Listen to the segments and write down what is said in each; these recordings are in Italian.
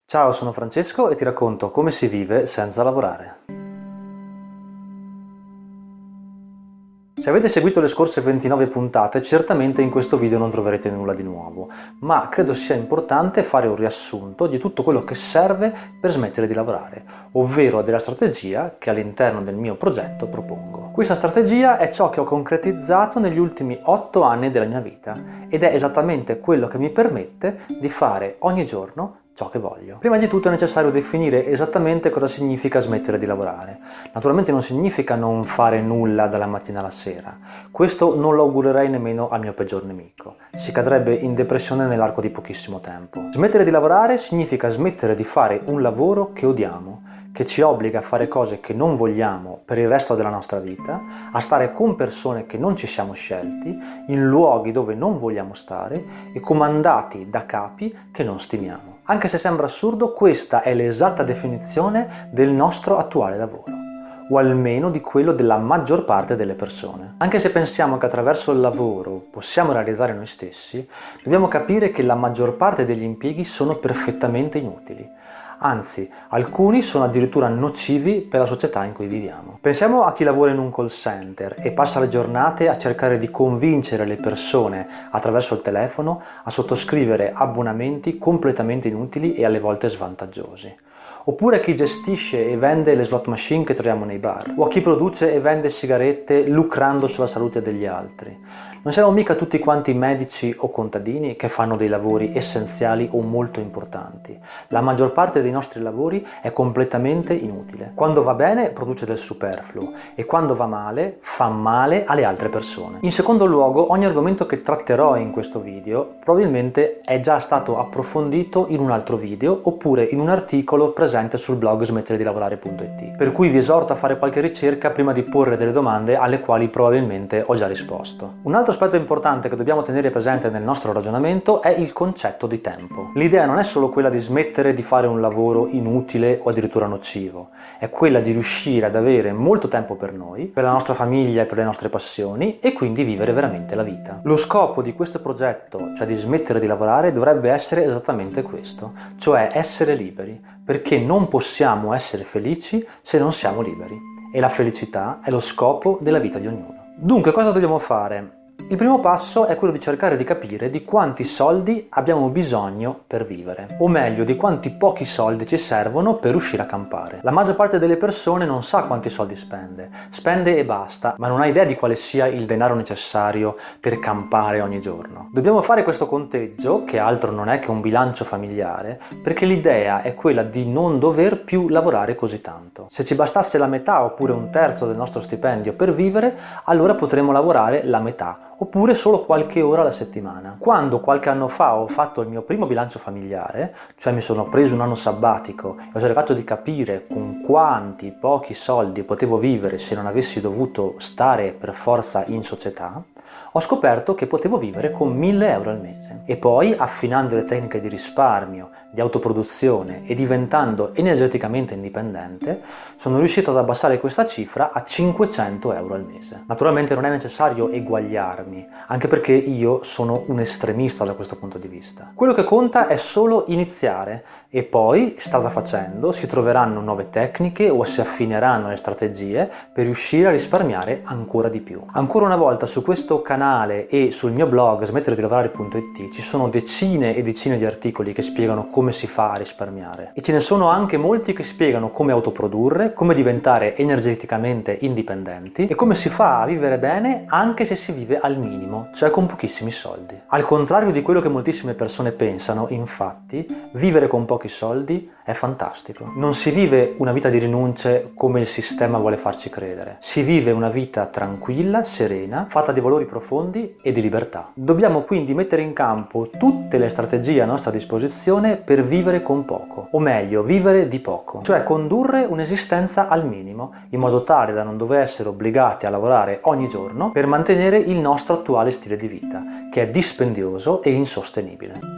Ciao, sono Francesco e ti racconto come si vive senza lavorare. Se avete seguito le scorse 29 puntate, certamente in questo video non troverete nulla di nuovo, ma credo sia importante fare un riassunto di tutto quello che serve per smettere di lavorare, ovvero della strategia che all'interno del mio progetto propongo. Questa strategia è ciò che ho concretizzato negli ultimi 8 anni della mia vita ed è esattamente quello che mi permette di fare ogni giorno ciò che voglio. Prima di tutto è necessario definire esattamente cosa significa smettere di lavorare. Naturalmente non significa non fare nulla dalla mattina alla sera. Questo non lo augurerei nemmeno al mio peggior nemico. Si cadrebbe in depressione nell'arco di pochissimo tempo. Smettere di lavorare significa smettere di fare un lavoro che odiamo, che ci obbliga a fare cose che non vogliamo per il resto della nostra vita, a stare con persone che non ci siamo scelti, in luoghi dove non vogliamo stare e comandati da capi che non stimiamo. Anche se sembra assurdo, questa è l'esatta definizione del nostro attuale lavoro, o almeno di quello della maggior parte delle persone. Anche se pensiamo che attraverso il lavoro possiamo realizzare noi stessi, dobbiamo capire che la maggior parte degli impieghi sono perfettamente inutili. Anzi, alcuni sono addirittura nocivi per la società in cui viviamo. Pensiamo a chi lavora in un call center e passa le giornate a cercare di convincere le persone attraverso il telefono a sottoscrivere abbonamenti completamente inutili e alle volte svantaggiosi. Oppure a chi gestisce e vende le slot machine che troviamo nei bar, o a chi produce e vende sigarette lucrando sulla salute degli altri. Non siamo mica tutti quanti medici o contadini che fanno dei lavori essenziali o molto importanti. La maggior parte dei nostri lavori è completamente inutile. Quando va bene produce del superfluo e quando va male fa male alle altre persone. In secondo luogo, ogni argomento che tratterò in questo video probabilmente è già stato approfondito in un altro video oppure in un articolo presente sul blog smetteredilavorare.it, per cui vi esorto a fare qualche ricerca prima di porre delle domande alle quali probabilmente ho già risposto. Un altro aspetto importante che dobbiamo tenere presente nel nostro ragionamento è il concetto di tempo. L'idea non è solo quella di smettere di fare un lavoro inutile o addirittura nocivo, è quella di riuscire ad avere molto tempo per noi, per la nostra famiglia e per le nostre passioni e quindi vivere veramente la vita. Lo scopo di questo progetto, cioè di smettere di lavorare, dovrebbe essere esattamente questo, cioè essere liberi, perché non possiamo essere felici se non siamo liberi e la felicità è lo scopo della vita di ognuno. Dunque, cosa dobbiamo fare? Il primo passo è quello di cercare di capire di quanti soldi abbiamo bisogno per vivere, o meglio, di quanti pochi soldi ci servono per riuscire a campare. La maggior parte delle persone non sa quanti soldi spende e basta, ma non ha idea di quale sia il denaro necessario per campare ogni giorno. Dobbiamo fare questo conteggio, che altro non è che un bilancio familiare, perché l'idea è quella di non dover più lavorare così tanto. Se ci bastasse la metà oppure un terzo del nostro stipendio per vivere, allora potremo lavorare la metà oppure solo qualche ora alla settimana. Quando qualche anno fa ho fatto il mio primo bilancio familiare, cioè mi sono preso un anno sabbatico e ho cercato di capire con quanti pochi soldi potevo vivere se non avessi dovuto stare per forza in società, ho scoperto che potevo vivere con 1.000 euro al mese. E poi, affinando le tecniche di risparmio, di autoproduzione e diventando energeticamente indipendente, sono riuscito ad abbassare questa cifra a 500 euro al mese. Naturalmente non è necessario eguagliarmi, anche perché io sono un estremista da questo punto di vista. Quello che conta è solo iniziare e poi, strada facendo, si troveranno nuove tecniche o si affineranno le strategie per riuscire a risparmiare ancora di più. Ancora una volta su questo canale e sul mio blog smetteredilavorare.it ci sono decine e decine di articoli che spiegano come si fa a risparmiare e ce ne sono anche molti che spiegano come autoprodurre, come diventare energeticamente indipendenti e come si fa a vivere bene anche se si vive al minimo, cioè con pochissimi soldi. Al contrario di quello che moltissime persone pensano, infatti, vivere con pochi soldi è fantastico. Non si vive una vita di rinunce come il sistema vuole farci credere. Si vive una vita tranquilla, serena, fatta di valori profondi e di libertà. Dobbiamo quindi mettere in campo tutte le strategie a nostra disposizione per vivere con poco, o meglio, vivere di poco, cioè condurre un'esistenza al minimo, in modo tale da non dover essere obbligati a lavorare ogni giorno per mantenere il nostro attuale stile di vita, che è dispendioso e insostenibile.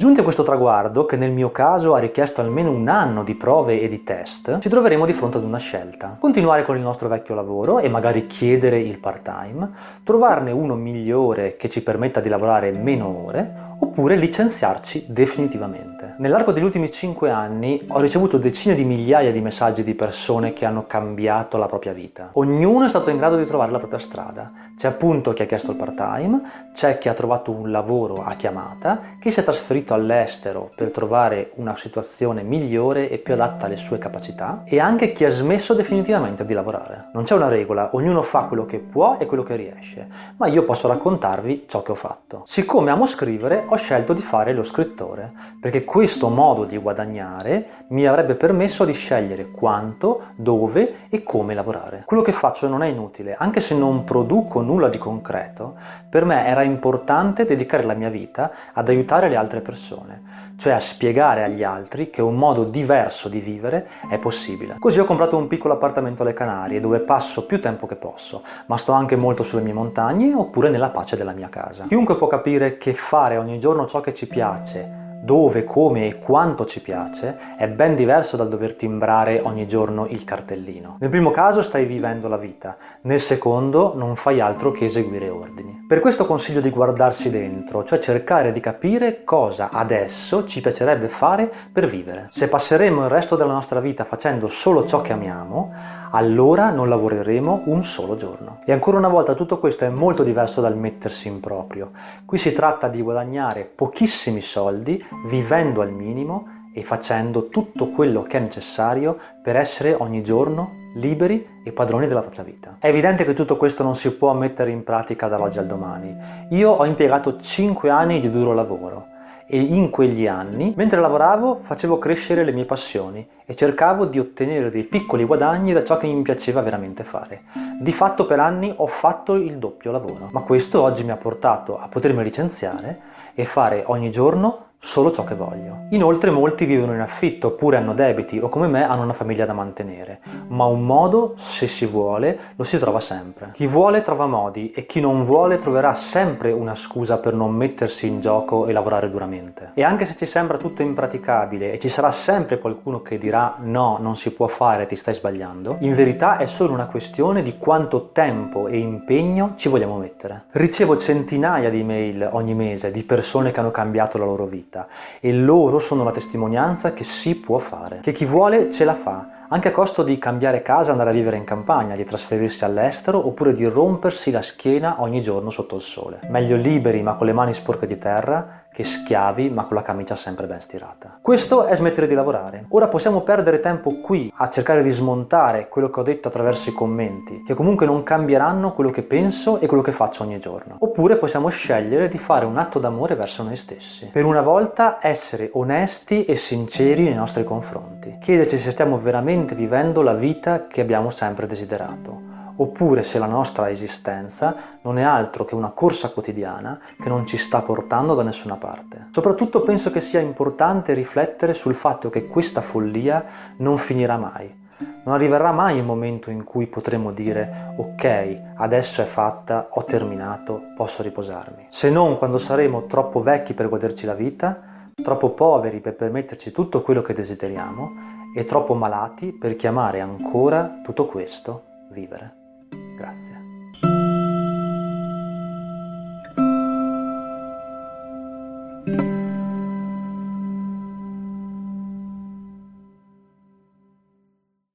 Giunti a questo traguardo, che nel mio caso ha richiesto almeno un anno di prove e di test, ci troveremo di fronte ad una scelta. Continuare con il nostro vecchio lavoro e magari chiedere il part-time, trovarne uno migliore che ci permetta di lavorare meno ore, oppure licenziarci definitivamente. Nell'arco degli ultimi 5 anni ho ricevuto decine di migliaia di messaggi di persone che hanno cambiato la propria vita. Ognuno è stato in grado di trovare la propria strada. C'è appunto chi ha chiesto il part-time, c'è chi ha trovato un lavoro a chiamata, chi si è trasferito all'estero per trovare una situazione migliore e più adatta alle sue capacità, e anche chi ha smesso definitivamente di lavorare. Non c'è una regola, ognuno fa quello che può e quello che riesce, ma io posso raccontarvi ciò che ho fatto. Siccome amo scrivere, ho scelto di fare lo scrittore, perché questo modo di guadagnare mi avrebbe permesso di scegliere quanto, dove e come lavorare. Quello che faccio non è inutile, anche se non produco nulla di concreto, per me era importante dedicare la mia vita ad aiutare le altre persone, cioè a spiegare agli altri che un modo diverso di vivere è possibile. Così ho comprato un piccolo appartamento alle Canarie, dove passo più tempo che posso, ma sto anche molto sulle mie montagne oppure nella pace della mia casa. Chiunque può capire che fare ogni giorno ciò che ci piace, dove, come e quanto ci piace, è ben diverso dal dover timbrare ogni giorno il cartellino. Nel primo caso stai vivendo la vita, nel secondo non fai altro che eseguire ordini. Per questo consiglio di guardarsi dentro, cioè cercare di capire cosa adesso ci piacerebbe fare per vivere. Se passeremo il resto della nostra vita facendo solo ciò che amiamo, allora non lavoreremo un solo giorno. E ancora una volta tutto questo è molto diverso dal mettersi in proprio. Qui si tratta di guadagnare pochissimi soldi, vivendo al minimo e facendo tutto quello che è necessario per essere ogni giorno liberi e padroni della propria vita. È evidente che tutto questo non si può mettere in pratica dall'oggi al domani. Io ho impiegato 5 anni di duro lavoro e in quegli anni, mentre lavoravo, facevo crescere le mie passioni e cercavo di ottenere dei piccoli guadagni da ciò che mi piaceva veramente fare. Di fatto per anni ho fatto il doppio lavoro, ma questo oggi mi ha portato a potermi licenziare e fare ogni giorno solo ciò che voglio. Inoltre molti vivono in affitto oppure hanno debiti o come me hanno una famiglia da mantenere, ma un modo, se si vuole, lo si trova sempre. Chi vuole trova modi e chi non vuole troverà sempre una scusa per non mettersi in gioco e lavorare duramente. E anche se ci sembra tutto impraticabile e ci sarà sempre qualcuno che dirà no, non si può fare, ti stai sbagliando, in verità è solo una questione di quanto tempo e impegno ci vogliamo mettere. Ricevo centinaia di email ogni mese di persone che hanno cambiato la loro vita e loro sono la testimonianza che si può fare, che chi vuole ce la fa, anche a costo di cambiare casa, andare a vivere in campagna, di trasferirsi all'estero oppure di rompersi la schiena ogni giorno sotto il sole. Meglio liberi ma con le mani sporche di terra che schiavi ma con la camicia sempre ben stirata. Questo è smettere di lavorare. Ora possiamo perdere tempo qui a cercare di smontare quello che ho detto attraverso i commenti, che comunque non cambieranno quello che penso e quello che faccio ogni giorno. Oppure possiamo scegliere di fare un atto d'amore verso noi stessi. Per una volta essere onesti e sinceri nei nostri confronti. Chiederci se stiamo veramente vivendo la vita che abbiamo sempre desiderato, oppure se la nostra esistenza non è altro che una corsa quotidiana che non ci sta portando da nessuna parte. Soprattutto penso che sia importante riflettere sul fatto che questa follia non finirà mai. Non arriverà mai un momento in cui potremo dire ok, adesso è fatta, ho terminato, posso riposarmi. Se non quando saremo troppo vecchi per goderci la vita, troppo poveri per permetterci tutto quello che desideriamo e troppo malati per chiamare ancora tutto questo vivere. Grazie.